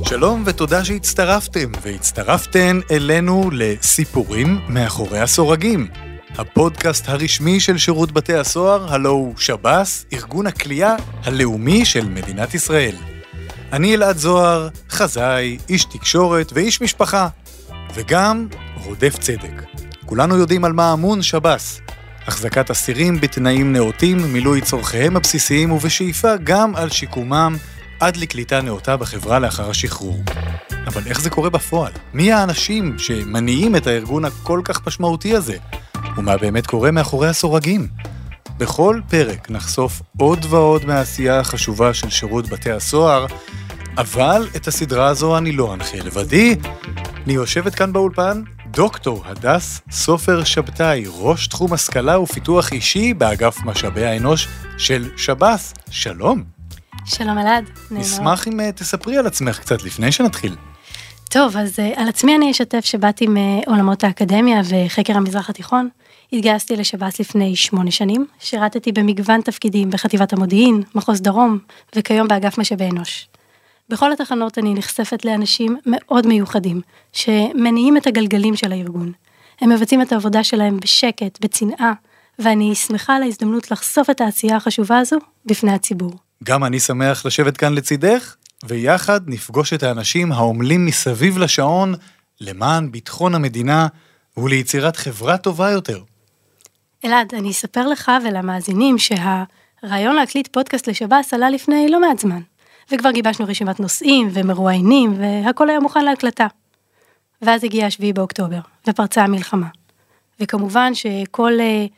שלום ותודה שהצטרפתם והצטרפתן אלינו לסיפורים מאחורי הסורגים. הפודקאסט הרשמי של שירות בתי הסוהר, הלא הוא שב"ס, ארגון הכלייה הלאומי של מדינת ישראל. אני אלעד זוהר, חזאי, איש תקשורת ואיש משפחה, וגם רודף צדק. כולנו יודעים על מה אמון שב"ס. החזקת אסירים בתנאים נאותים, מילוי צורכיהם הבסיסיים ובשאיפה גם על שיקומם עד לקליטה נאותה בחברה לאחר השחרור. אבל איך זה קורה בפועל? מי האנשים שמניעים את הארגון הכל כך משמעותי הזה? ומה באמת קורה מאחורי הסורגים? בכל פרק נחשוף עוד ועוד מהעשייה החשובה של שירות בתי הסוהר, אבל את הסדרה הזו אני לא אנחה לבדי. אני יושבת כאן באולפן, דוקטור הדס סופר שבתאי, ראש תחום השכלה ופיתוח אישי באגף משאבי האנוש של שב"ס. שלום. שלום אלעד. נשמח אם תספרי על עצמך קצת לפני שנתחיל. טוב, אז על עצמי אני אשתף שבאתי מעולמות האקדמיה וחקר המזרח התיכון. התגייסתי לשב"ס לפני 8 שנים, שירתתי במגוון תפקידים בחטיבת המודיעין, מחוז דרום, וכיום באגף משאבי אנוש. בכל התחנות אני נחשפת לאנשים מאוד מיוחדים, שמניעים את הגלגלים של הארגון. הם מבצעים את העבודה שלהם בשקט, בצנעה, ואני שמחה על ההזדמנות לחשוף את העשייה החשובה הזו בפני הציבור. גם אני שמח לשבת כאן לצידך, ויחד נפגוש את האנשים העומלים מסביב לשעון למען ביטחון המדינה וליצירת חברה טובה יותר. אלעד, אני אספר לך ולמאזינים שהרעיון להקליט פודקאסט לשב"ס עלה לפני לא מעט זמן, וכבר גיבשנו רשימת נושאים ומרואיינים, והכל היה מוכן להקלטה. ואז הגיע 7 באוקטובר, ופרצה המלחמה. וכמובן שכל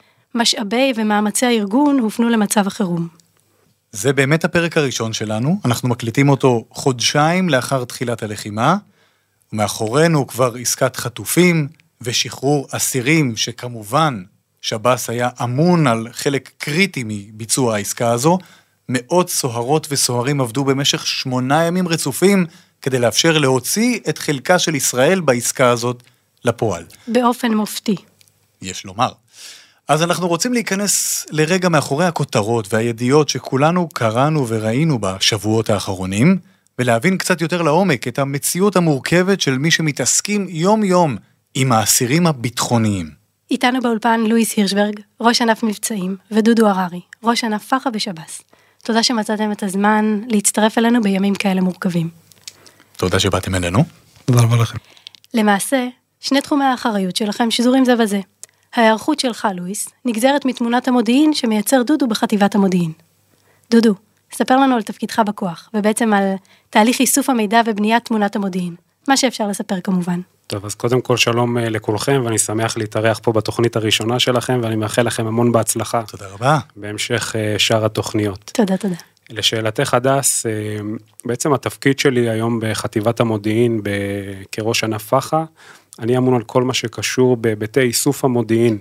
משאבי ומאמצי הארגון הופנו למצב החירום. זה באמת הפרק הראשון שלנו, אנחנו מקליטים אותו חודשיים לאחר תחילת הלחימה, ומאחורינו כבר עסקת חטופים ושחרור אסירים, שכמובן שב"ס היה אמון על חלק קריטי מביצוע העסקה הזו. מאות סוהרות וסוהרים עבדו במשך 8 ימים רצופים, כדי לאפשר להוציא את חלקה של ישראל בעסקה הזאת לפועל. באופן מופתי. יש לומר. אז אנחנו רוצים להיכנס לרגע מאחורי הכותרות והידיעות שכולנו קראנו וראינו בשבועות האחרונים, ולהבין קצת יותר לעומק את המציאות המורכבת של מי שמתעסקים יום יום עם האסירים הביטחוניים. איתנו באולפן לואיס הירשברג, ראש ענף מבצעים, ודודו הררי, ראש ענף פחה בשב"ס. תודה שמצאתם את הזמן להצטרף אלינו בימים כאלה מורכבים. תודה שבאתם אלינו. תודה רבה לכם. למעשה, 2 תחומי האחריות שלכם שזורים זה בזה. ההיערכות שלך, לואיס, נגזרת מתמונת המודיעין שמייצר דודו בחטיבת המודיעין. דודו, ספר לנו על תפקידך בכוח, ובעצם על תהליך איסוף המידע ובניית תמונת המודיעין. מה שאפשר לספר כמובן. טוב, אז קודם כל שלום לכולכם, ואני שמח להתארח פה בתוכנית הראשונה שלכם, ואני מאחל לכם המון בהצלחה. תודה רבה. בהמשך שאר התוכניות. תודה, תודה. לשאלתך הדס, בעצם התפקיד שלי היום בחטיבת המודיעין, כראש ענף פחה, אני אמון על כל מה שקשור בהיבטי איסוף המודיעין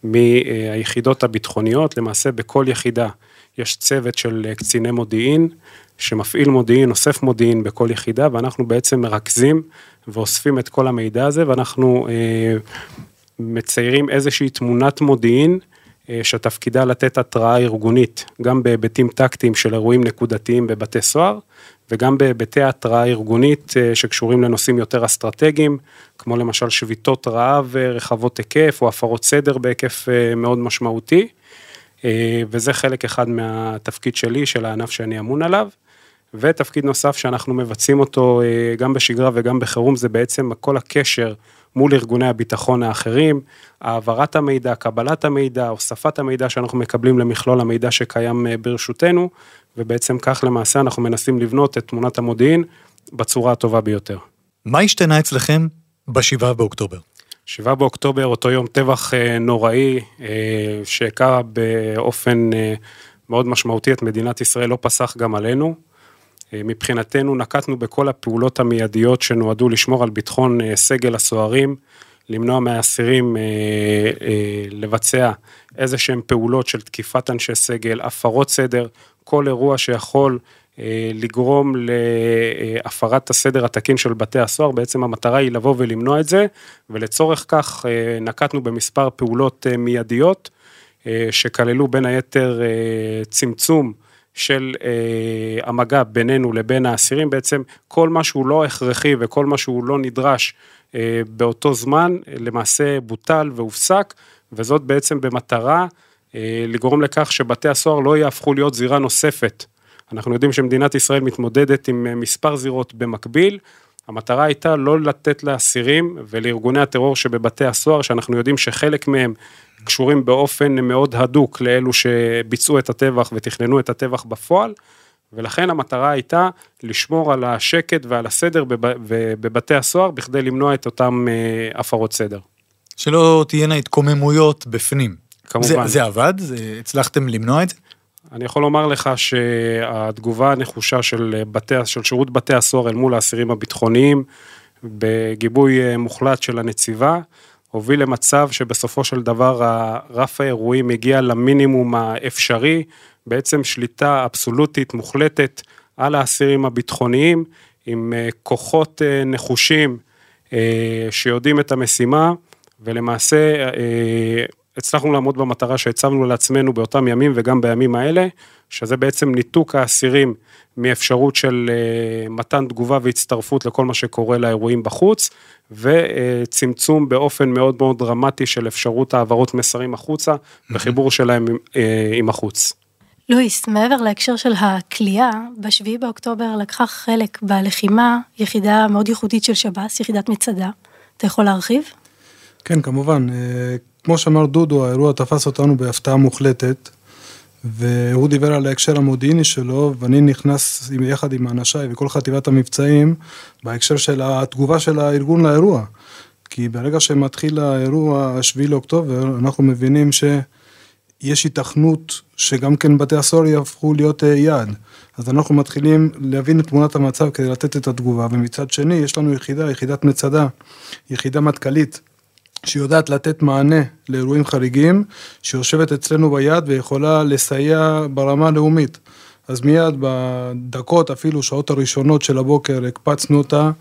מהיחידות הביטחוניות. למעשה בכל יחידה יש צוות של קציני מודיעין, שמפעיל מודיעין, אוסף מודיעין בכל יחידה, ואנחנו בעצם מרכזים ואוספים את כל המידע הזה, ואנחנו מציירים איזושהי תמונת מודיעין, שתפקידה לתת התראה ארגונית, גם בהיבטים טקטיים של אירועים נקודתיים בבתי סוהר, וגם בהיבטי התראה ארגונית שקשורים לנושאים יותר אסטרטגיים, כמו למשל שביתות רעב רחבות היקף, או הפרות סדר בהיקף מאוד משמעותי, וזה חלק אחד מהתפקיד שלי, של הענף שאני אמון עליו, ותפקיד נוסף שאנחנו מבצעים אותו גם בשגרה וגם בחירום, זה בעצם כל הקשר מול ארגוני הביטחון האחרים, העברת המידע, קבלת המידע, הוספת המידע שאנחנו מקבלים למכלול המידע שקיים ברשותנו, ובעצם כך למעשה אנחנו מנסים לבנות את תמונת המודיעין בצורה הטובה ביותר. מה השתנה אצלכם ב7 באוקטובר? 7 באוקטובר, אותו יום טבח נוראי, שהכה באופן מאוד משמעותי את מדינת ישראל, לא פסח גם עלינו. מבחינתנו נקטנו בכל הפעולות המיידיות שנועדו לשמור על ביטחון סגל הסוהרים, למנוע מהאסירים לבצע איזה שהם פעולות של תקיפת אנשי סגל, הפרות סדר, כל אירוע שיכול לגרום להפרת הסדר התקין של בתי הסוהר, בעצם המטרה היא לבוא ולמנוע את זה, ולצורך כך נקטנו במספר פעולות מיידיות, שכללו בין היתר צמצום של המגע בינינו לבין האסירים, בעצם כל מה שהוא לא הכרחי וכל מה שהוא לא נדרש באותו זמן, למעשה בוטל והופסק, וזאת בעצם במטרה לגרום לכך שבתי הסוהר לא יהפכו להיות זירה נוספת. אנחנו יודעים שמדינת ישראל מתמודדת עם מספר זירות במקביל, המטרה הייתה לא לתת לאסירים ולארגוני הטרור שבבתי הסוהר, שאנחנו יודעים שחלק מהם קשורים באופן מאוד הדוק לאלו שביצעו את הטבח ותכננו את הטבח בפועל, ולכן המטרה הייתה לשמור על השקט ועל הסדר בבתי הסוהר, בכדי למנוע את אותם הפרות סדר. שלא תהיינה התקוממויות בפנים. כמובן. זה עבד? הצלחתם למנוע את זה? אני יכול לומר לך שהתגובה הנחושה של שירות בתי הסוהר אל מול האסירים הביטחוניים, בגיבוי מוחלט של הנציבה, הוביל למצב שבסופו של דבר הרף האירועים הגיע למינימום האפשרי, בעצם שליטה אבסולוטית מוחלטת על האסירים הביטחוניים, עם כוחות נחושים שיודעים את המשימה, ולמעשה הצלחנו לעמוד במטרה שהצבנו לעצמנו באותם ימים וגם בימים האלה, שזה בעצם ניתוק האסירים מאפשרות של מתן תגובה והצטרפות לכל מה שקורה לאירועים בחוץ, וצמצום באופן מאוד מאוד דרמטי של אפשרות העברות מסרים החוצה, וחיבור שלהם עם החוץ. לואיס, מעבר להקשר של הכלייה, ב7 באוקטובר לקחה חלק בלחימה יחידה מאוד ייחודית של שב"ס, יחידת מצדה. אתה יכול להרחיב? כן, כמובן. כמו שאמר דודו, האירוע תפס אותנו בהפתעה מוחלטת, והוא דיבר על ההקשר המודיעיני שלו, ואני נכנס יחד עם האנשיי וכל חטיבת המבצעים, בהקשר של התגובה של הארגון לאירוע. כי ברגע שמתחיל האירוע 7 לאוקטובר, אנחנו מבינים שיש היתכנות שגם כן בתי הסוהר יהפכו להיות יעד. אז אנחנו מתחילים להבין את תמונת המצב כדי לתת את התגובה, ומצד שני יש לנו יחידת מצדה, יחידה מטכ"לית, שיודעת לתת מענה לאירועים חריגים, שיושבת אצלנו ביד ויכולה לסייע ברמה הלאומית. אז מיד בדקות, אפילו שעות הראשונות של הבוקר, הקפצנו אותה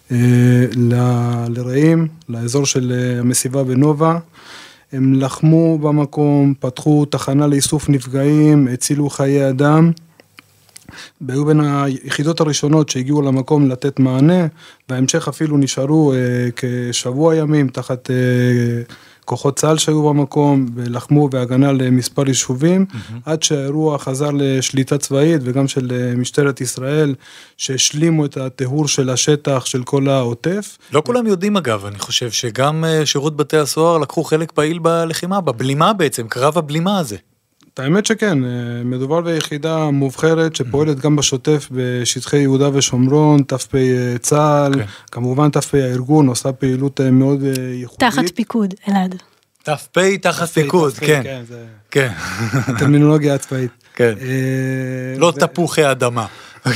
לרעים, לאזור של המסיבה בנובה. הם לחמו במקום, פתחו תחנה לאיסוף נפגעים, הצילו חיי אדם. והיו בין היחידות הראשונות שהגיעו למקום לתת מענה, בהמשך אפילו נשארו כשבוע ימים תחת כוחות צה"ל שהיו במקום, ולחמו בהגנה למספר יישובים, עד שהאירוע חזר לשליטה צבאית, וגם של משטרת ישראל, שהשלימו את התיאור של השטח של כל העוטף. לא כולם יודעים אגב, אני חושב שגם שירות בתי הסוהר לקחו חלק פעיל בלחימה, בבלימה בעצם, קרב הבלימה הזה. האמת שכן, מדובר ביחידה מובחרת שפועלת גם בשוטף בשטחי יהודה ושומרון, ת"פ צה"ל, כמובן ת"פ הארגון, עושה פעילות מאוד ייחודית. תחת פיקוד, אלעד. ת"פ תחת פיקוד, כן. כן. טרמינולוגיה הצבאית. כן. לא תפוחי אדמה.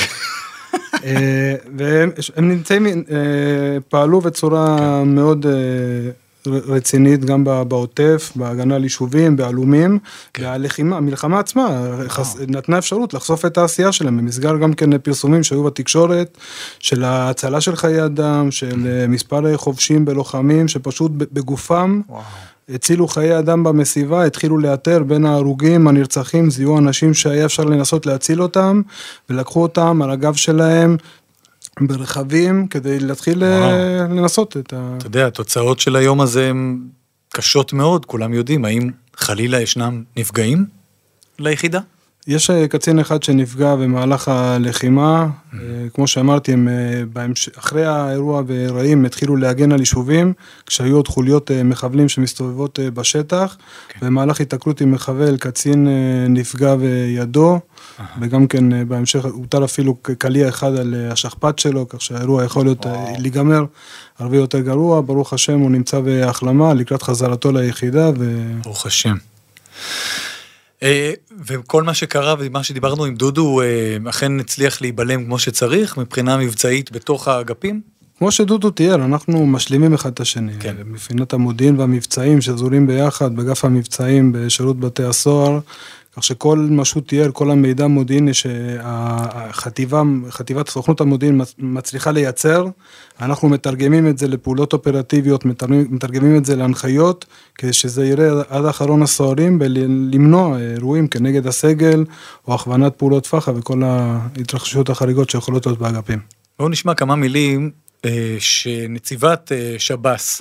והם נמצאים, פעלו בצורה מאוד רצינית גם בעוטף, בהגנה על יישובים, בעלומים, והמלחמה עצמה נתנה אפשרות לחשוף את העשייה שלהם, במסגר גם כן פרסומים שהיו בתקשורת, של ההצלה של חיי אדם, של מספר חובשים בלוחמים, שפשוט בגופם הצילו חיי אדם במסיבה, התחילו לאתר בין ההרוגים, הנרצחים, זיהו אנשים שהיה אפשר לנסות להציל אותם, ולקחו אותם על הגב שלהם, ברכבים, כדי להתחיל לנסות את ה... אתה יודע, התוצאות של היום הזה הן קשות מאוד, כולם יודעים, האם חלילה ישנם נפגעים ליחידה? יש קצין אחד שנפגע במהלך הלחימה, כמו שאמרתי, אחרי האירוע ברעים התחילו להגן על יישובים, כשהיו עוד חוליות מחבלים שמסתובבות בשטח, במהלך התקלות עם מחבל, קצין נפגע בידו, וגם כן בהמשך הוטל אפילו קליע אחד על השכפ"ץ שלו, כך שהאירוע יכול להיות להיגמר הרבה יותר גרוע, ברוך השם הוא נמצא בהחלמה, לקראת חזרתו ליחידה. ברוך השם. וכל מה שקרה ומה שדיברנו עם דודו, אכן הצליח להיבלם כמו שצריך, מבחינה מבצעית בתוך האגפים? כמו שדודו תיאר, אנחנו משלימים אחד את השני. כן. מבחינת המודיעין והמבצעים שזורים ביחד, בגף המבצעים בשירות בתי הסוהר, כך שכל מה שהוא תיאר, כל המידע המודיעיני חטיבת סוכנות המודיעין מצליחה לייצר, אנחנו מתרגמים את זה לפעולות אופרטיביות, מתרגמים את זה להנחיות, כדי שזה יראה עד האחרון הסוהרים, ולמנוע אירועים כנגד הסגל, או הכוונת פעולות פח"ע, וכל ההתרחשויות החריגות שיכולות להיות באגפים. בואו נשמע כמה מילים שנציבת שב"ס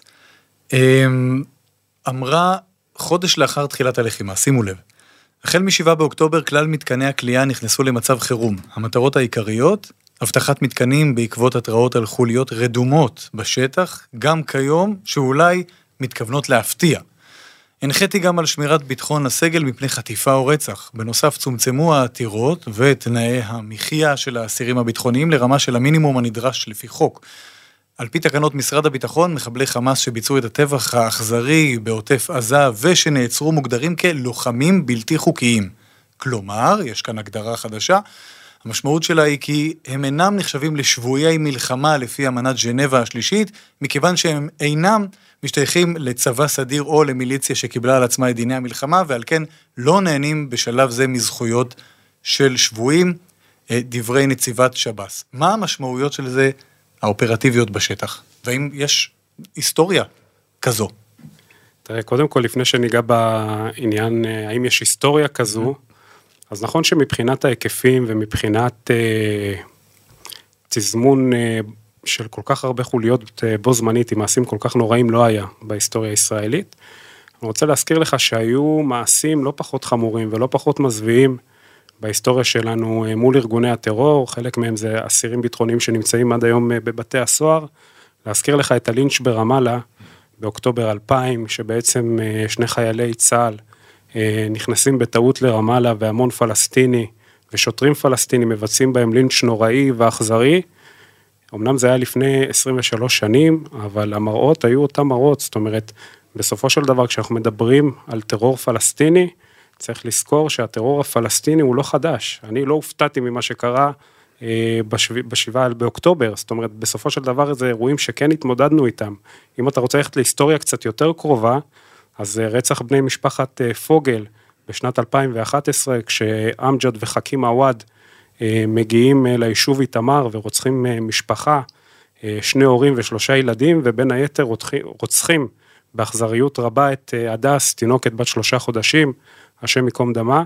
אמרה חודש לאחר תחילת הלחימה, שימו לב. החל מ7 באוקטובר כלל מתקני הכלייה נכנסו למצב חירום. המטרות העיקריות, הבטחת מתקנים בעקבות התראות על חוליות רדומות בשטח, גם כיום שאולי מתכוונות להפתיע. הנחיתי גם על שמירת ביטחון הסגל מפני חטיפה או רצח. בנוסף צומצמו העתירות ותנאי המחיה של האסירים הביטחוניים לרמה של המינימום הנדרש לפי חוק. על פי תקנות משרד הביטחון, מחבלי חמאס שביצעו את הטבח האכזרי בעוטף עזה ושנעצרו מוגדרים כלוחמים בלתי חוקיים. כלומר, יש כאן הגדרה חדשה, המשמעות שלה היא כי הם אינם נחשבים לשבויי מלחמה לפי אמנת ז'נבה השלישית, מכיוון שהם אינם משתייכים לצבא סדיר או למיליציה שקיבלה על עצמה את דיני המלחמה, ועל כן לא נהנים בשלב זה מזכויות של שבויים, דברי נציבת שב"ס. מה המשמעויות של זה האופרטיביות בשטח? והאם יש היסטוריה כזו? תראה, קודם כל, לפני שניגע בעניין, האם יש היסטוריה כזו, אז נכון שמבחינת ההיקפים ומבחינת תזמון של כל כך הרבה חוליות בו זמנית, עם מעשים כל כך נוראים לא היה בהיסטוריה הישראלית. אני רוצה להזכיר לך שהיו מעשים לא פחות חמורים ולא פחות מזוויעים בהיסטוריה שלנו מול ארגוני הטרור, חלק מהם זה אסירים ביטחוניים שנמצאים עד היום בבתי הסוהר. להזכיר לך את הלינץ' ברמאללה באוקטובר 2000, שבעצם שני חיילי צה"ל נכנסים בטעות לרמאללה, והמון פלסטיני ושוטרים פלסטינים מבצעים בהם לינץ' נוראי ואכזרי. אמנם זה היה לפני 23 שנים, אבל המראות היו אותם מראות. זאת אומרת, בסופו של דבר, כשאנחנו מדברים על טרור פלסטיני, צריך לזכור שהטרור הפלסטיני הוא לא חדש. אני לא הופתעתי ממה שקרה ב7 באוקטובר. זאת אומרת, בסופו של דבר זה אירועים שכן התמודדנו איתם. אם אתה רוצה ללכת להיסטוריה קצת יותר קרובה, אז רצח בני משפחת פוגל בשנת 2011, כשאמג'ד וחכים עווד מגיעים ליישוב איתמר ורוצחים משפחה, 2 הורים ו3 ילדים, ובין היתר רוצחים באכזריות רבה את הדס, תינוקת בת 3 חודשים, השם יקום דמה.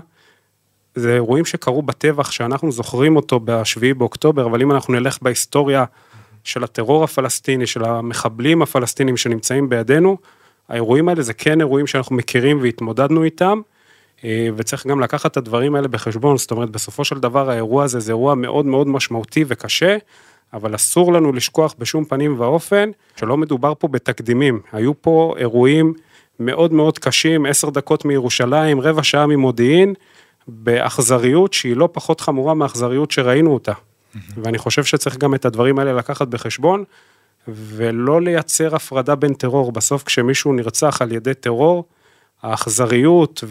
זה אירועים שקרו בטבח שאנחנו זוכרים אותו ב7 באוקטובר, אבל אם אנחנו נלך בהיסטוריה של הטרור הפלסטיני, של המחבלים הפלסטינים שנמצאים בידינו, האירועים האלה זה כן אירועים שאנחנו מכירים והתמודדנו איתם, וצריך גם לקחת את הדברים האלה בחשבון. זאת אומרת, בסופו של דבר האירוע הזה זה אירוע מאוד מאוד משמעותי וקשה, אבל אסור לנו לשכוח בשום פנים ואופן שלא מדובר פה בתקדימים. היו פה אירועים מאוד מאוד קשים, 10 דקות מירושלים, רבע שעה ממודיעין, באכזריות שהיא לא פחות חמורה מהאכזריות שראינו אותה. ואני חושב שצריך גם את הדברים האלה לקחת בחשבון, ולא לייצר הפרדה בין טרור. בסוף כשמישהו נרצח על ידי טרור, האכזריות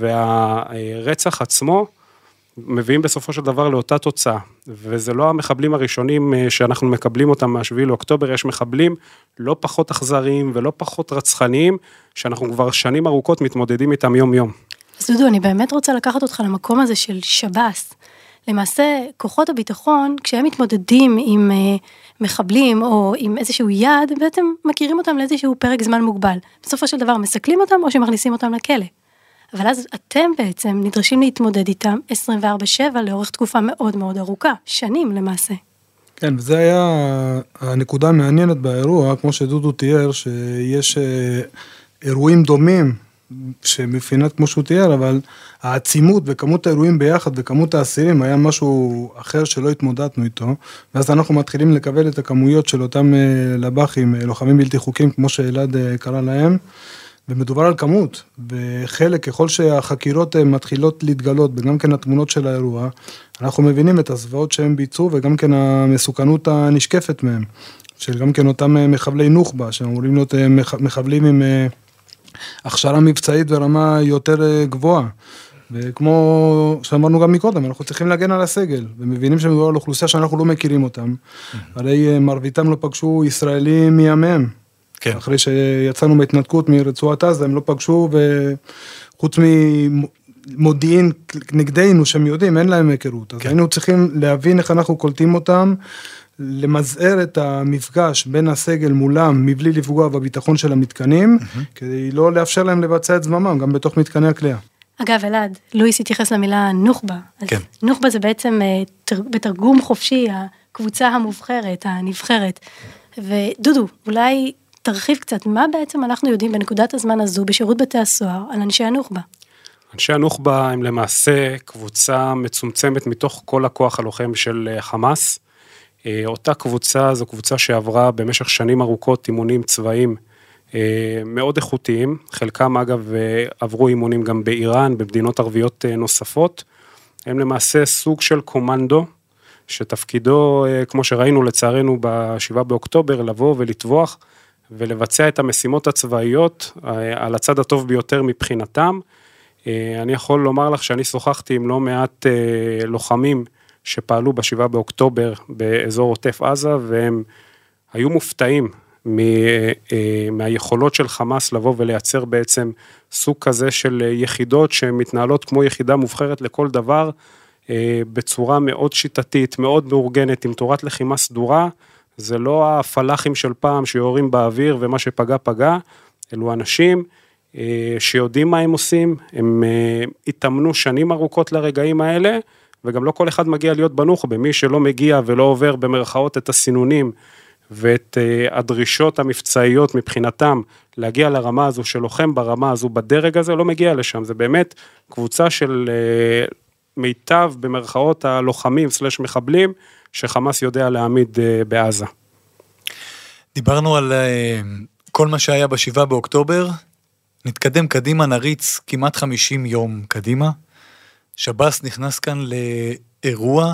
והרצח עצמו, מביאים בסופו של דבר לאותה תוצאה, וזה לא המחבלים הראשונים שאנחנו מקבלים אותם מה7 לאוקטובר, יש מחבלים לא פחות אכזריים ולא פחות רצחניים, שאנחנו כבר שנים ארוכות מתמודדים איתם יום יום. אז דודו, אני באמת רוצה לקחת אותך למקום הזה של שב"ס. למעשה, כוחות הביטחון, כשהם מתמודדים עם מחבלים או עם איזשהו יעד, בעצם מכירים אותם לאיזשהו פרק זמן מוגבל. בסופו של דבר מסכלים אותם או שמכניסים אותם לכלא. אבל אז אתם בעצם נדרשים להתמודד איתם 24/7 לאורך תקופה מאוד מאוד ארוכה, שנים למעשה. כן, וזה היה הנקודה המעניינת באירוע, כמו שדודו תיאר, שיש אירועים דומים, שמבחינת כמו שהוא תיאר, אבל העצימות וכמות האירועים ביחד וכמות האסירים היה משהו אחר שלא התמודדנו איתו, ואז אנחנו מתחילים לקבל את הכמויות של אותם לבחים, לוחמים בלתי חוקיים, כמו שאלעד קרא להם, ומדובר על כמות, וחלק, ככל שהחקירות מתחילות להתגלות, וגם כן התמונות של האירוע, אנחנו מבינים את הזוועות שהם ביצעו, וגם כן המסוכנות הנשקפת מהם, של גם כן אותם מחבלי נוח'בה, שאמורים להיות מחבלים עם הכשרה מבצעית ברמה יותר גבוהה, וכמו שאמרנו גם מקודם, אנחנו צריכים להגן על הסגל, ומבינים שמדובר על אוכלוסייה שאנחנו לא מכירים אותם, הרי מרביתם לא פגשו ישראלים מימיהם, כן. אחרי שיצאנו מהתנתקות מרצועת עזה, הם לא פגשו, וחוץ מודיעין נגדנו שהם יודעים, אין להם היכרות, אז היינו צריכים להבין איך אנחנו קולטים אותם, למזער את המפגש בין הסגל מולם, מבלי לפגוע בביטחון של המתקנים, כדי לא לאפשר להם לבצע את זממם, גם בתוך מתקני הכלייה. אגב, אלעד, לואיס התייחס למילה נוח'בה. כן. נוח'בה זה בעצם בתרגום חופשי, הקבוצה המובחרת, הנבחרת. ודודו, אולי תרחיב קצת, מה בעצם אנחנו יודעים בנקודת הזמן הזו, בשירות בתי הסוהר, על אנשי הנוח'בה? אנשי הנוח'בה הם למעשה קבוצה מצומצמת מתוך כל הכוח הלוחם של חמאס. אותה קבוצה זו קבוצה שעברה במשך שנים ארוכות אימונים צבאיים מאוד איכותיים, חלקם אגב עברו אימונים גם באיראן, במדינות ערביות נוספות, הם למעשה סוג של קומנדו, שתפקידו, כמו שראינו לצערנו ב7 באוקטובר, לבוא ולטבוח ולבצע את המשימות הצבאיות על הצד הטוב ביותר מבחינתם. אני יכול לומר לך שאני שוחחתי עם לא מעט לוחמים שפעלו ב7 באוקטובר באזור עוטף עזה, והם היו מופתעים מהיכולות של חמאס לבוא ולייצר בעצם סוג כזה של יחידות שמתנהלות כמו יחידה מובחרת לכל דבר, בצורה מאוד שיטתית, מאוד מאורגנת, עם תורת לחימה סדורה. זה לא הפלחים של פעם שיורים באוויר ומה שפגע פגע, אלו אנשים שיודעים מה הם עושים, הם התאמנו שנים ארוכות לרגעים האלה, וגם לא כל אחד מגיע להיות בנוח'בה, מי שלא מגיע ולא עובר במרכאות את הסינונים, ואת הדרישות המבצעיות מבחינתם, להגיע לרמה הזו שלוחם ברמה הזו, בדרג הזה, לא מגיע לשם, זה באמת קבוצה של מיטב במרכאות הלוחמים סלש מחבלים, שחמאס יודע להעמיד בעזה. דיברנו על כל מה שהיה ב7 באוקטובר, נתקדם קדימה, נריץ כמעט 50 יום קדימה, שב"ס נכנס כאן לאירוע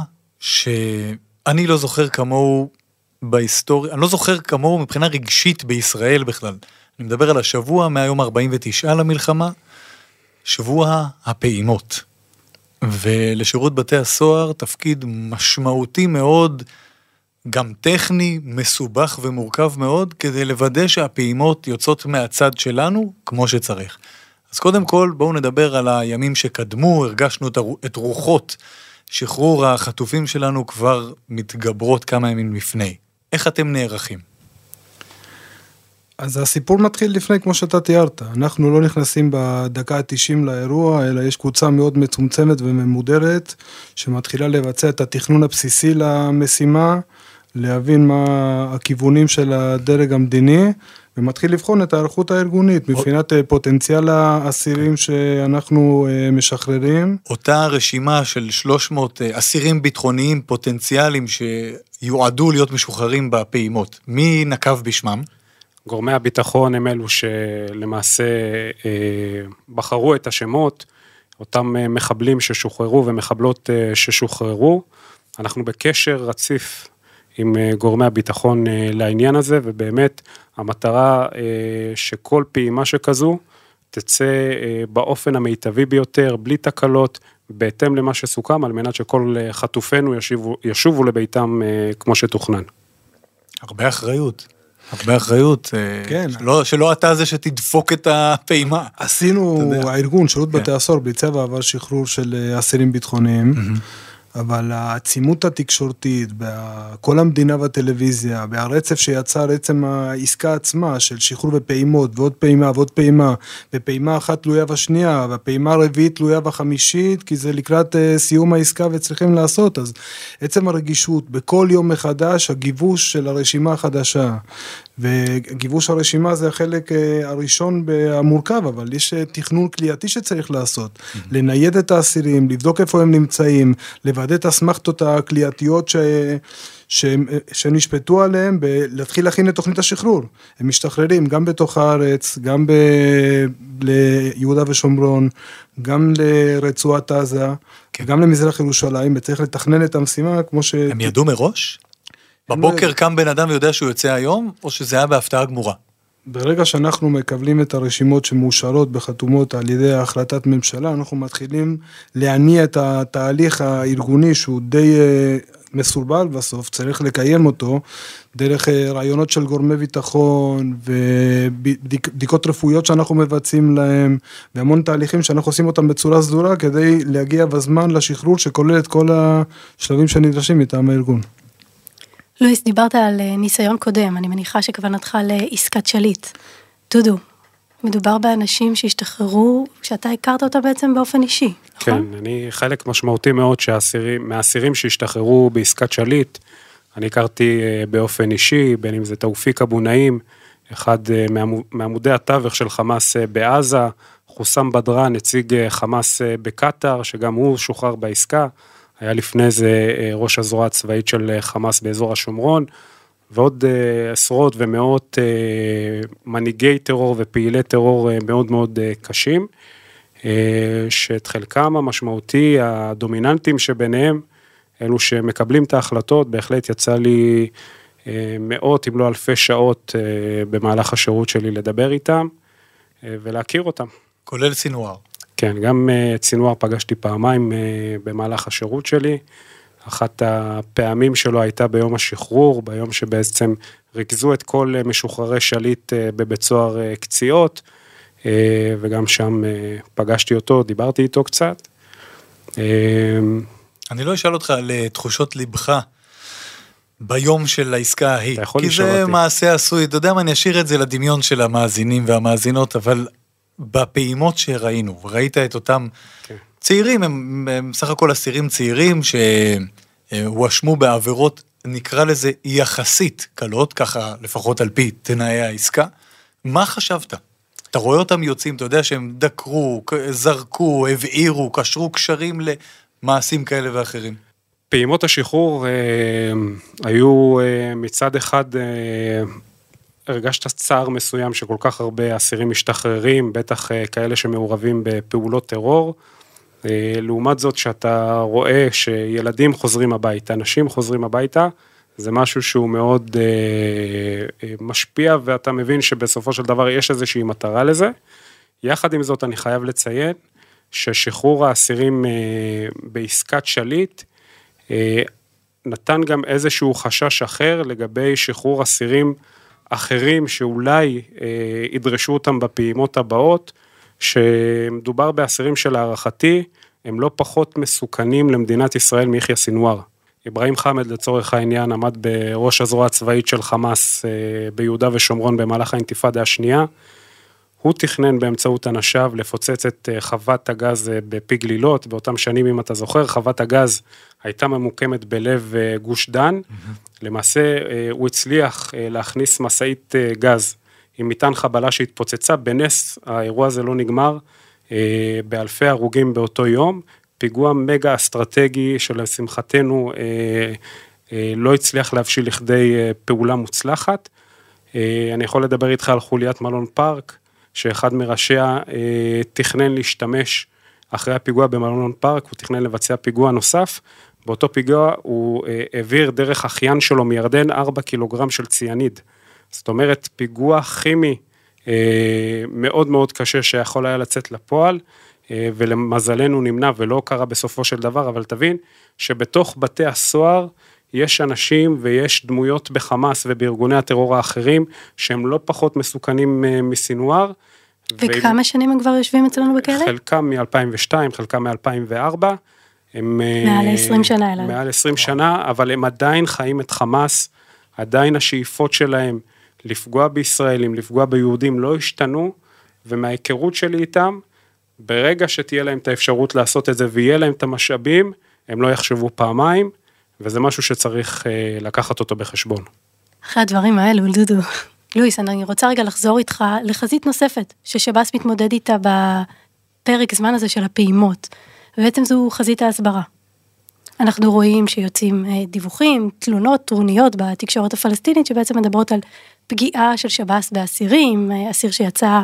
שאני לא זוכר כמוהו בהיסטוריה, אני לא זוכר כמוהו מבחינה רגשית בישראל בכלל. אני מדבר על השבוע מהיום 49 למלחמה, שבוע הפעימות. ולשירות בתי הסוהר תפקיד משמעותי מאוד, גם טכני, מסובך ומורכב מאוד, כדי לוודא שהפעימות יוצאות מהצד שלנו כמו שצריך. אז קודם כל בואו נדבר על הימים שקדמו, הרגשנו את רוחות שחרור החטופים שלנו כבר מתגברות כמה ימים לפני. איך אתם נערכים? אז הסיפור מתחיל לפני כמו שאתה תיארת, אנחנו לא נכנסים בדקה ה-90 לאירוע, אלא יש קבוצה מאוד מצומצמת וממודרת, שמתחילה לבצע את התכנון הבסיסי למשימה, להבין מה הכיוונים של הדרג המדיני, ומתחיל לבחון את הערכות הארגונית, מבחינת פוטנציאל האסירים שאנחנו משחררים. אותה רשימה של 300 אסירים ביטחוניים פוטנציאליים שיועדו להיות משוחררים בפעימות, מי נקב בשמם? גורמי הביטחון הם אלו שלמעשה בחרו את השמות, אותם מחבלים ששוחררו ומחבלות ששוחררו. אנחנו בקשר רציף עם גורמי הביטחון לעניין הזה, ובאמת המטרה שכל פעימה שכזו תצא באופן המיטבי ביותר, בלי תקלות, בהתאם למה שסוכם, על מנת שכל חטופינו ישובו לביתם כמו שתוכנן. הרבה אחריות. הרבה אחריות, כן. שלא אתה זה שתדפוק את הפעימה. עשינו, הארגון, שירות בתי הסוהר, ביצע בעבר שחרור של אסירים ביטחוניים, אבל העצימות התקשורתית, בכל המדינה והטלוויזיה, והרצף שיצר עצם העסקה עצמה, של שחרור בפעימות, ועוד פעימה ועוד פעימה, ופעימה אחת תלויה בשנייה, והפעימה הרביעית תלויה בחמישית, כי זה לקראת סיום העסקה וצריכים לעשות, אז עצם הרגישות, בכל יום מחדש, הגיבוש של הרשימה החדשה, וגיבוש הרשימה זה החלק הראשון המורכב, אבל יש תכנון כלייתי שצריך לעשות, לנייד את האסירים, לבדוק איפה הם נמצאים, לוודא את הסמכתות הכלייתיות שנשפטו עליהם, להתחיל להכין את תוכנית השחרור. הם משתחררים גם בתוך הארץ, גם ליהודה ושומרון, גם לרצועת עזה, גם למזרח ירושלים, וצריך לתכנן את המשימה כמו ש... הם ידעו מראש? בבוקר קם בן אדם ויודע שהוא יוצא היום, או שזה היה בהפתעה גמורה? ברגע שאנחנו מקבלים את הרשימות שמאושרות בחתומות על ידי החלטת ממשלה, אנחנו מתחילים להניע את התהליך הארגוני שהוא די מסורבל בסוף, צריך לקיים אותו, דרך רעיונות של גורמי ביטחון, ובדיקות רפואיות שאנחנו מבצעים להם, והמון תהליכים שאנחנו עושים אותם בצורה סדורה, כדי להגיע בזמן לשחרור, שכולל את כל השלבים שנדרשים מטעם הארגון. לואיס, דיברת על ניסיון קודם, אני מניחה שכוונתך לעסקת שליט. דודו, מדובר באנשים שהשתחררו, שאתה הכרת אותה בעצם באופן אישי, נכון? כן, אני חלק משמעותי מאוד מהאסירים שהשתחררו בעסקת שליט, אני הכרתי באופן אישי, בין אם זה תאופיק אבו נעים, אחד מעמודי התווך של חמאס בעזה, חוסם בדרן, נציג חמאס בקטר, שגם הוא שוחרר בעסקה, היה לפני זה ראש הזרוע הצבאית של חמאס באזור השומרון, ועוד עשרות ומאות מנהיגי טרור ופעילי טרור מאוד מאוד קשים, שאת חלקם המשמעותי, הדומיננטים שביניהם, אלו שמקבלים את ההחלטות, בהחלט יצא לי מאות אם לא אלפי שעות במהלך השירות שלי לדבר איתם, ולהכיר אותם. כולל סינואר. כן, גם את סינואר פגשתי פעמיים במהלך השירות שלי, אחת הפעמים שלו הייתה ביום השחרור, ביום שבעצם ריכזו את כל משוחררי שליט בבית סוהר קציעות, וגם שם פגשתי אותו, דיברתי איתו קצת. אני לא אשאל אותך על תחושות לבך ביום של העסקה ההיא, כי זה מעשה עשוי, אתה יודע מה, אני אשאיר את זה לדמיון של המאזינים והמאזינות, אבל בפעימות שראינו, וראית את אותם צעירים, הם סך הכל אסירים צעירים שהואשמו בעבירות, נקרא לזה יחסית קלות, ככה לפחות על פי תנאי העסקה, מה חשבת? אתה רואה אותם יוצאים, אתה יודע שהם דקרו, זרקו, הבעירו, קשרו קשרים למעשים כאלה ואחרים. פעימות השחרור היו מצד אחד, הרגשת צער מסוים שכל כך הרבה אסירים משתחררים, בטח כאלה שמעורבים בפעולות טרור, לעומת זאת שאתה רואה שילדים חוזרים הביתה, אנשים חוזרים הביתה, זה משהו שהוא מאוד משפיע, ואתה מבין שבסופו של דבר יש איזושהי מטרה לזה. יחד עם זאת אני חייב לציין, ששחרור האסירים בעסקת שליט, נתן גם איזשהו חשש אחר לגבי שחרור אסירים אחרים שאולי ידרשו אותם בפעימות הבאות, שמדובר באסירים של הערכתי, הם לא פחות מסוכנים למדינת ישראל מיחיא סינואר. אברהים חמד לצורך העניין עמד בראש הזרוע הצבאית של חמאס ביהודה ושומרון במהלך האינתיפאדה השנייה, הוא תכנן באמצעות אנשיו לפוצץ את חוות הגז בפי גלילות, באותם שנים אם אתה זוכר, חוות הגז הייתה ממוקמת בלב גוש דן, למעשה הוא הצליח להכניס מסעית גז עם מטען חבלה שהתפוצצה, בנס האירוע הזה לא נגמר, באלפי הרוגים באותו יום, פיגוע מגה אסטרטגי שלשמחתנו לא הצליח להבשיל לכדי פעולה מוצלחת, אני יכול לדבר איתך על חוליית מלון פארק, שאחד מראשיה תכנן להשתמש אחרי הפיגוע במלון פארק, הוא תכנן לבצע פיגוע נוסף, באותו פיגוע הוא העביר דרך אחיין שלו מירדן 4 קילוגרם של ציאניד, זאת אומרת פיגוע כימי מאוד מאוד קשה שיכול היה לצאת לפועל, ולמזלנו נמנע ולא קרה בסופו של דבר, אבל תבין שבתוך בתי הסוהר יש אנשים ויש דמויות בחמאס ובארגוני הטרור האחרים, שהם לא פחות מסוכנים מסינואר. וכמה שנים הם כבר יושבים אצלנו בכלא? חלקם מ-2002, חלקם מ-2004. מעל 20 שנה אליו. מעל 20 שנה, אבל הם עדיין חיים את חמאס, עדיין השאיפות שלהם לפגוע בישראלים, לפגוע ביהודים לא השתנו, ומההיכרות שלי איתם, ברגע שתהיה להם את האפשרות לעשות את זה, ויהיה להם את המשאבים, הם לא יחשבו פעמיים, וזה משהו שצריך לקחת אותו בחשבון. אחרי הדברים האלו, דודו, לואיס, אני רוצה רגע לחזור איתך לחזית נוספת, ששב"ס מתמודד איתה בפרק זמן הזה של הפעימות, ובעצם זו חזית ההסברה. אנחנו רואים שיוצאים דיווחים, תלונות, טרוניות בתקשורת הפלסטינית, שבעצם מדברות על פגיעה של שב"ס באסירים, אסיר שיצא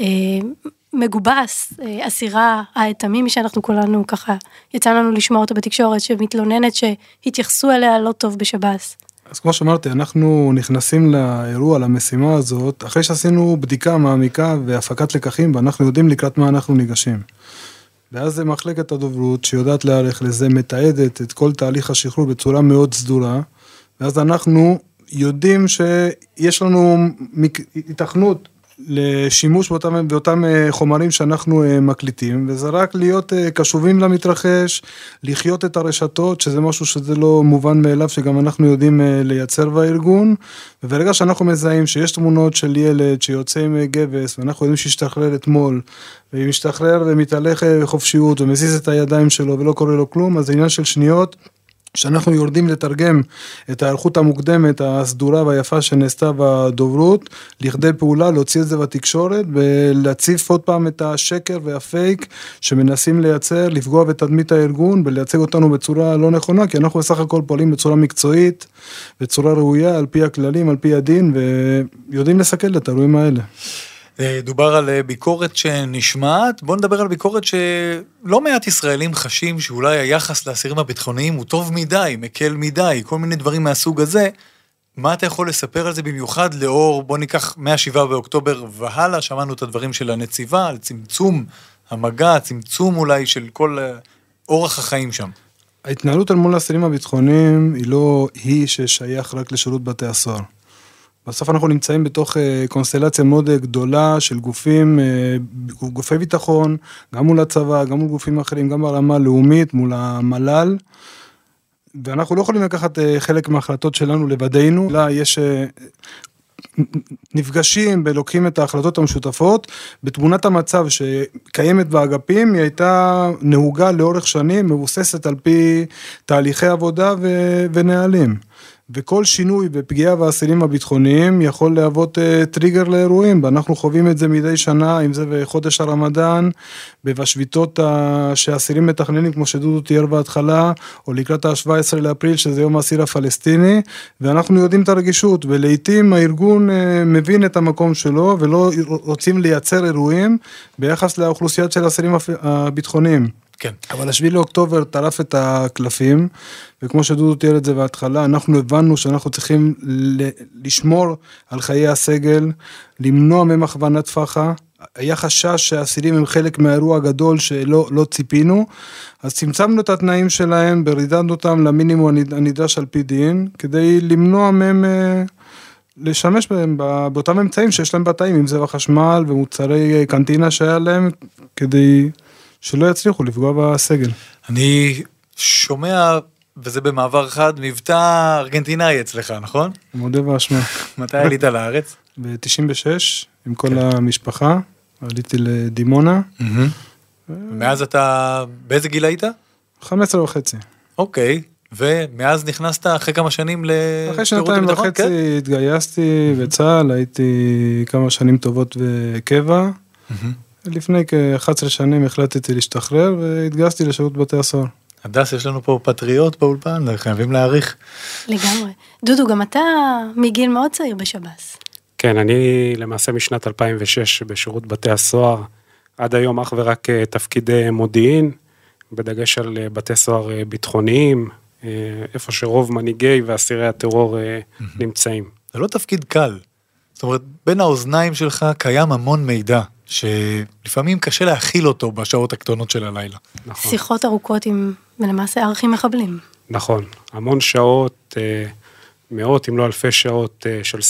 מגובס, אסירה תמימי שאנחנו כולנו ככה, יצא לנו לשמוע אותו בתקשורת, שמתלוננת שהתייחסו אליה לא טוב בשב"ס. אז כמו שאמרתי, אנחנו נכנסים לאירוע, למשימה הזאת, אחרי שעשינו בדיקה מעמיקה והפקת לקחים, ואנחנו יודעים לקראת מה אנחנו ניגשים. ואז זה מחלקת הדוברות שיודעת להערך לזה, מתעדת את כל תהליך השחרור בצורה מאוד סדורה, ואז אנחנו יודעים שיש לנו התכנות לשימוש באותם חומרים שאנחנו מקליטים, וזה רק להיות קשובים למתרחש, לחיות את הרשתות, שזה משהו שזה לא מובן מאליו, שגם אנחנו יודעים לייצר בארגון, וברגע שאנחנו מזהים שיש תמונות של ילד שיוצא עם גבס, ואנחנו יודעים שהשתחרר אתמול, והיא משתחרר ומתהלך בחופשיות, ומזיז את הידיים שלו ולא קורה לו כלום, אז זה עניין של שניות, שאנחנו יורדים לתרגם את הערכות המוקדמת, הסדורה והיפה שנעשתה בדוברות, לכדי פעולה, להוציא את זה בתקשורת, ולהציף עוד פעם את השקר והפייק, שמנסים לייצר, לפגוע בתדמית הארגון, ולייצג אותנו בצורה לא נכונה, כי אנחנו בסך הכל פועלים בצורה מקצועית, בצורה ראויה, על פי הכללים, על פי הדין, ויודעים לסכל את האירועים האלה. דובר על ביקורת שנשמעת, בוא נדבר על ביקורת שלא מעט ישראלים חשים שאולי היחס לאסירים הביטחוניים הוא טוב מדי, מקל מדי, כל מיני דברים מהסוג הזה. מה אתה יכול לספר על זה במיוחד לאור, בוא ניקח 7 באוקטובר והלאה, שמענו את הדברים של הנציבה, על צמצום המגע, צמצום אולי של כל אורח החיים שם. ההתנהלות על מול האסירים הביטחוניים היא לא היא ששייך רק לשירות בתי הסוהר. בסוף אנחנו נמצאים בתוך קונסטלציה מאוד גדולה של גופי ביטחון, גם מול הצבא, גם מול גופים אחרים, גם ברמה הלאומית, מול המל"ל, ואנחנו לא יכולים לקחת חלק מההחלטות שלנו לבדנו, אלא יש נפגשים ולוקחים את ההחלטות המשותפות, בתמונת המצב שקיימת באגפים, היא הייתה נהוגה לאורך שנים, מבוססת על פי תהליכי עבודה ונהלים. וכל שינוי בפגיעה באסירים הביטחוניים יכול להוות טריגר לאירועים, ואנחנו חווים את זה מדי שנה, אם זה בחודש הרמדאן, בשביתות שהאסירים מתכננים, כמו שדודו תיאר בהתחלה, או לקראת ה-17 לאפריל, שזה יום האסיר הפלסטיני, ואנחנו יודעים את הרגישות, ולעיתים הארגון מבין את המקום שלו, ולא רוצים לייצר אירועים, ביחס לאוכלוסיית של האסירים הביטחוניים. כן. אבל 7 לאוקטובר טרף את הקלפים, וכמו שדודו תיאר את זה בהתחלה, אנחנו הבנו שאנחנו צריכים לשמור על חיי הסגל, למנוע מהם הכוונת פחה, היה חשש שהאסירים הם חלק מהאירוע הגדול שלא ציפינו, אז צמצמנו את התנאים שלהם, ברידדנו אותם למינימום הנדרש על פי דין, כדי למנוע מהם לשמש בהם באותם אמצעים שיש להם בתאים, אם זה בחשמל ומוצרי קנטינה שהיה להם, כדי שלא יצליחו לפגוע בסגל. אני שומע, וזה במעבר חד, מבטא ארגנטינאי אצלך, נכון? מודה באשמה. מתי עלית לארץ? ב-96, עם כל המשפחה, עליתי לדימונה. מאז אתה, באיזה גיל היית? 15 וחצי. אוקיי, ומאז נכנסת אחרי כמה שנים אחרי 2 וחצי התגייסתי בצה"ל, הייתי כמה שנים טובות בקבע. לפני כ-11 שנים החלטתי להשתחרר, והתגייסתי לשירות בתי הסוהר. הדס, יש לנו פה פטריוט באולפן, חייבים להעריך. לגמרי. דודו, גם אתה מגיל מאוד צעיר בשב"ס. כן, אני למעשה משנת 2006 בשירות בתי הסוהר, עד היום אך ורק תפקידי מודיעין, בדגש על בתי סוהר ביטחוניים, איפה שרוב מנהיגי ואסירי הטרור נמצאים. זה לא תפקיד קל. זאת אומרת, בין האוזניים שלך קיים המון מידע, שלפעמים קשה להכיל אותו בשעות הקטנות של הלילה. נכון. שיחות ארוכות עם, ולמעשה, ערכים מחבלים. נכון, המון שעות, מאות אם לא אלפי שעות של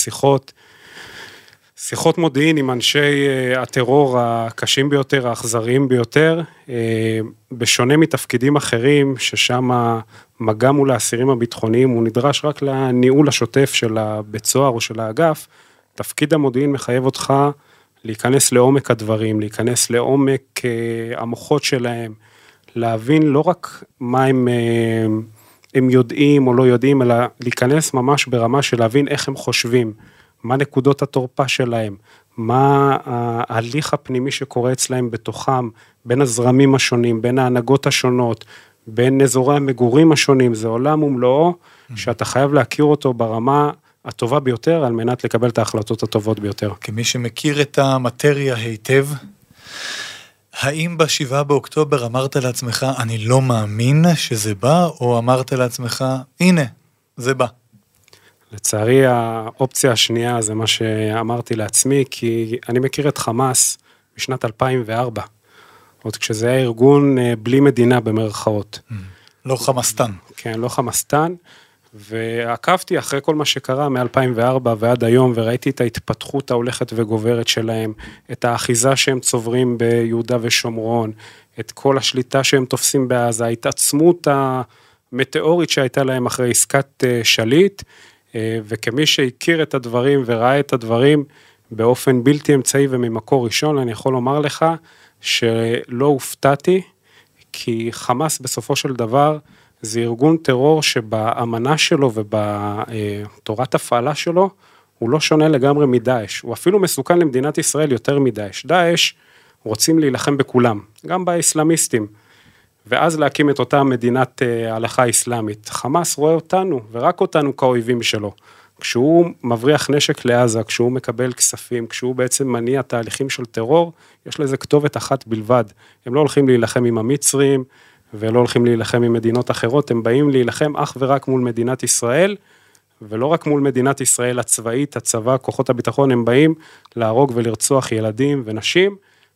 שיחות מודיעין עם אנשי הטרור הקשים ביותר, האכזריים ביותר, בשונה מתפקידים אחרים, ששם מגע מול האסירים הביטחוניים, הוא נדרש רק לניהול השוטף של הבית סוהר או של האגף, תפקיד המודיעין מחייב אותך להיכנס לעומק הדברים, להיכנס לעומק המוחות שלהם, להבין לא רק מה הם יודעים או לא יודעים, אלא להיכנס ממש ברמה של להבין איך הם חושבים, מה נקודות התורפה שלהם, מה ההליך הפנימי שקורה אצלהם בתוכם, בין הזרמים השונים, בין ההנהגות השונות, בין אזורי המגורים השונים, זה עולם ומלואו, שאתה חייב להכיר אותו ברמה הטובה ביותר, על מנת לקבל את ההחלטות הטובות ביותר. כמי שמכיר את המטריה היטב, האם ב7 באוקטובר אמרת לעצמך, אני לא מאמין שזה בא, או אמרת לעצמך, הנה, זה בא? לצערי, האופציה השנייה זה מה שאמרתי לעצמי, כי אני מכיר את חמאס בשנת 2004. עוד כשזה היה ארגון בלי מדינה במרכאות. לא חמאסטן. כן, לא חמאסטן, ועקבתי אחרי כל מה שקרה מ-2004 ועד היום, וראיתי את ההתפתחות ההולכת וגוברת שלהם, את האחיזה שהם צוברים ביהודה ושומרון, את כל השליטה שהם תופסים בעזה, ההתעצמות המטאורית שהייתה להם אחרי עסקת שליט, וכמי שהכיר את הדברים וראה את הדברים באופן בלתי אמצעי וממקור ראשון, אני יכול לומר לך שלא הופתעתי, כי חמאס בסופו של דבר זה ארגון טרור שבאמנה שלו ובתורת הפעלה שלו, הוא לא שונה לגמרי מדאעש, הוא אפילו מסוכן למדינת ישראל יותר מדאעש. דאעש רוצים להילחם בכולם, גם באסלאמיסטים, ואז להקים את אותה מדינת הלכה אסלאמית. חמאס רואה אותנו, ורק אותנו כאויבים שלו. כשהוא מבריח נשק לעזה, כשהוא מקבל כספים, כשהוא בעצם מניע תהליכים של טרור, יש לזה כתובת אחת בלבד. הם לא הולכים להילחם עם המצרים, ולא הולכים להילחם עם מדינות אחרות, הם באים להילחם אך ורק מול מדינת ישראל, ולא רק מול מדינת ישראל הצבאית, הצבא, כוחות הביטחון, הם באים להרוג ולרצוח ילדים ונשים,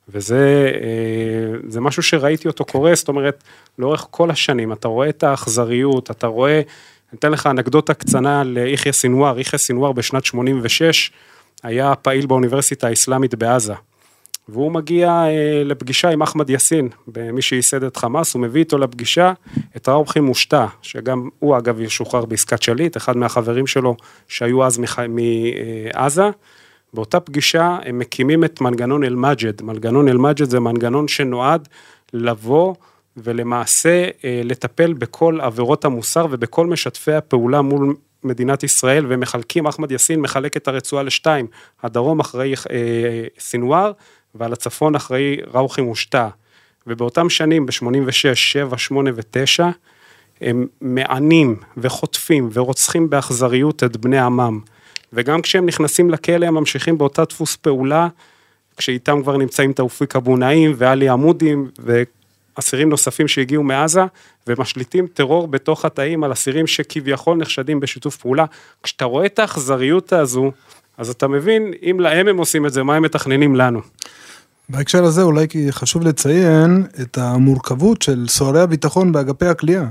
וזה משהו שראיתי אותו קורה, זאת אומרת, לאורך כל השנים, אתה רואה את האכזריות, אתה רואה, אני אתן לך אנקדוטה קצנה ליחיא סינואר, יחיא סינואר בשנת 86, היה פעיל באוניברסיטה האסלאמית בעזה, והוא מגיע לפגישה עם אחמד יאסין, במי שייסד את חמאס, הוא מביא איתו לפגישה את ראוכי מושטא, שגם הוא אגב ישוחרר בעסקת שליט, אחד מהחברים שלו שהיו אז מעזה, באותה פגישה הם מקימים את מנגנון אל-מג'ד, מנגנון אל-מג'ד זה מנגנון שנועד לבוא ולמעשה לטפל בכל עבירות המוסר ובכל משתפי הפעולה מול מדינת ישראל, ומחלקים, אחמד יאסין מחלק את הרצועה לשתיים, הדרום אחראי סינואר, ועל הצפון אחראי ראוכי מושטא, ובאותם שנים, ב-86, 7, 8 ו-9, הם מענים וחוטפים ורוצחים באכזריות את בני עמם, וגם כשהם נכנסים לכלא, הם ממשיכים באותה דפוס פעולה, כשאיתם כבר נמצאים תאופיק אבו נעים, ואלי עמודים, ואסירים נוספים שהגיעו מעזה, ומשליטים טרור בתוך התאים על אסירים שכביכול נחשדים בשיתוף פעולה. כשאתה רואה את האכזריות הזו, אז אתה מבין, אם להם הם עושים את זה, מה הם מתכננים לנו? בהקשר הזה אולי חשוב לציין את המורכבות של סוהרי הביטחון באגפי הכלייה,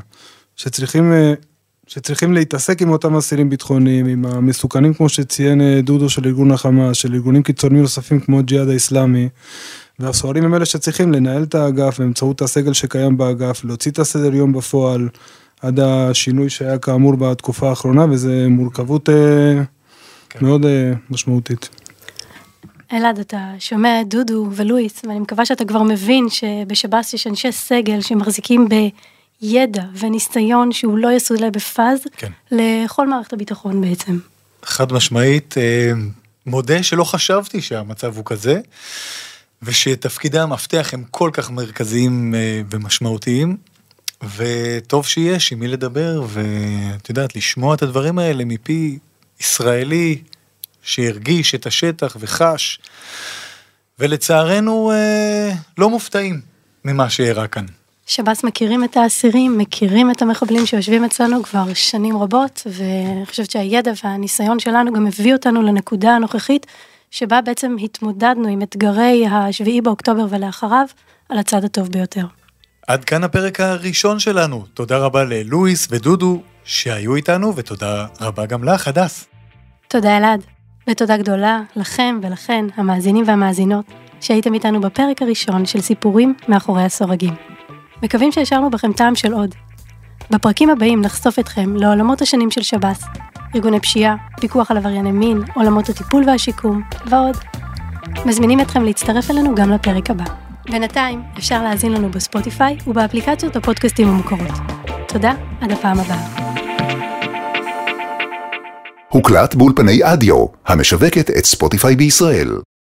שצריכים להתעסק עם אותם אסירים ביטחוניים, עם המסוכנים כמו שציין דודו של ארגון החמאס, של ארגונים קיצוניים נוספים כמו ג'יהאד האסלאמי, והסוהרים הם אלה שצריכים לנהל את האגף באמצעות הסגל שקיים באגף, להוציא את הסדר יום בפועל, עד השינוי שהיה כאמור בתקופה האחרונה, וזו מורכבות מאוד משמעותית. אלעד, אתה שומע דודו ולואיס, ואני מקווה שאתה כבר מבין שבשב"ס יש אנשי סגל שמחזיקים בידע וניסיון שהוא לא יסודה בפאז, כן. לכל מערכת הביטחון בעצם. חד משמעית, מודה שלא חשבתי שהמצב הוא כזה, ושתפקידי המפתח הם כל כך מרכזיים ומשמעותיים, וטוב שיש עם מי לדבר, ואת יודעת, לשמוע את הדברים האלה מפי ישראלי, שהרגיש את השטח וחש, ולצערנו לא מופתעים ממה שאירע כאן. שב"ס מכירים את האסירים, מכירים את המחבלים שיושבים אצלנו כבר שנים רבות, ואני חושבת שהידע והניסיון שלנו גם הביא אותנו לנקודה הנוכחית, שבה בעצם התמודדנו עם אתגרי ה7 באוקטובר ולאחריו, על הצד הטוב ביותר. עד כאן הפרק הראשון שלנו. תודה רבה ללואיס ודודו שהיו איתנו, ותודה רבה גם לך, הדס. תודה אלעד, ותודה גדולה לכם ולכן, המאזינים והמאזינות, שהייתם איתנו בפרק הראשון של סיפורים מאחורי הסורגים. מקווים שהשארנו בכם טעם של עוד. בפרקים הבאים נחשוף אתכם לעולמות השנים של שב"ס, ארגוני פשיעה, פיקוח על עברייני מין, עולמות הטיפול והשיקום, ועוד. מזמינים אתכם להצטרף אלינו גם לפרק הבא. בינתיים אפשר להאזין לנו בספוטיפיי ובאפליקציות הפודקאסטים המוכרות. תודה, עד הפעם הבאה. הוקלט באולפני אדיו, המשווקת את ספוטיפיי בישראל.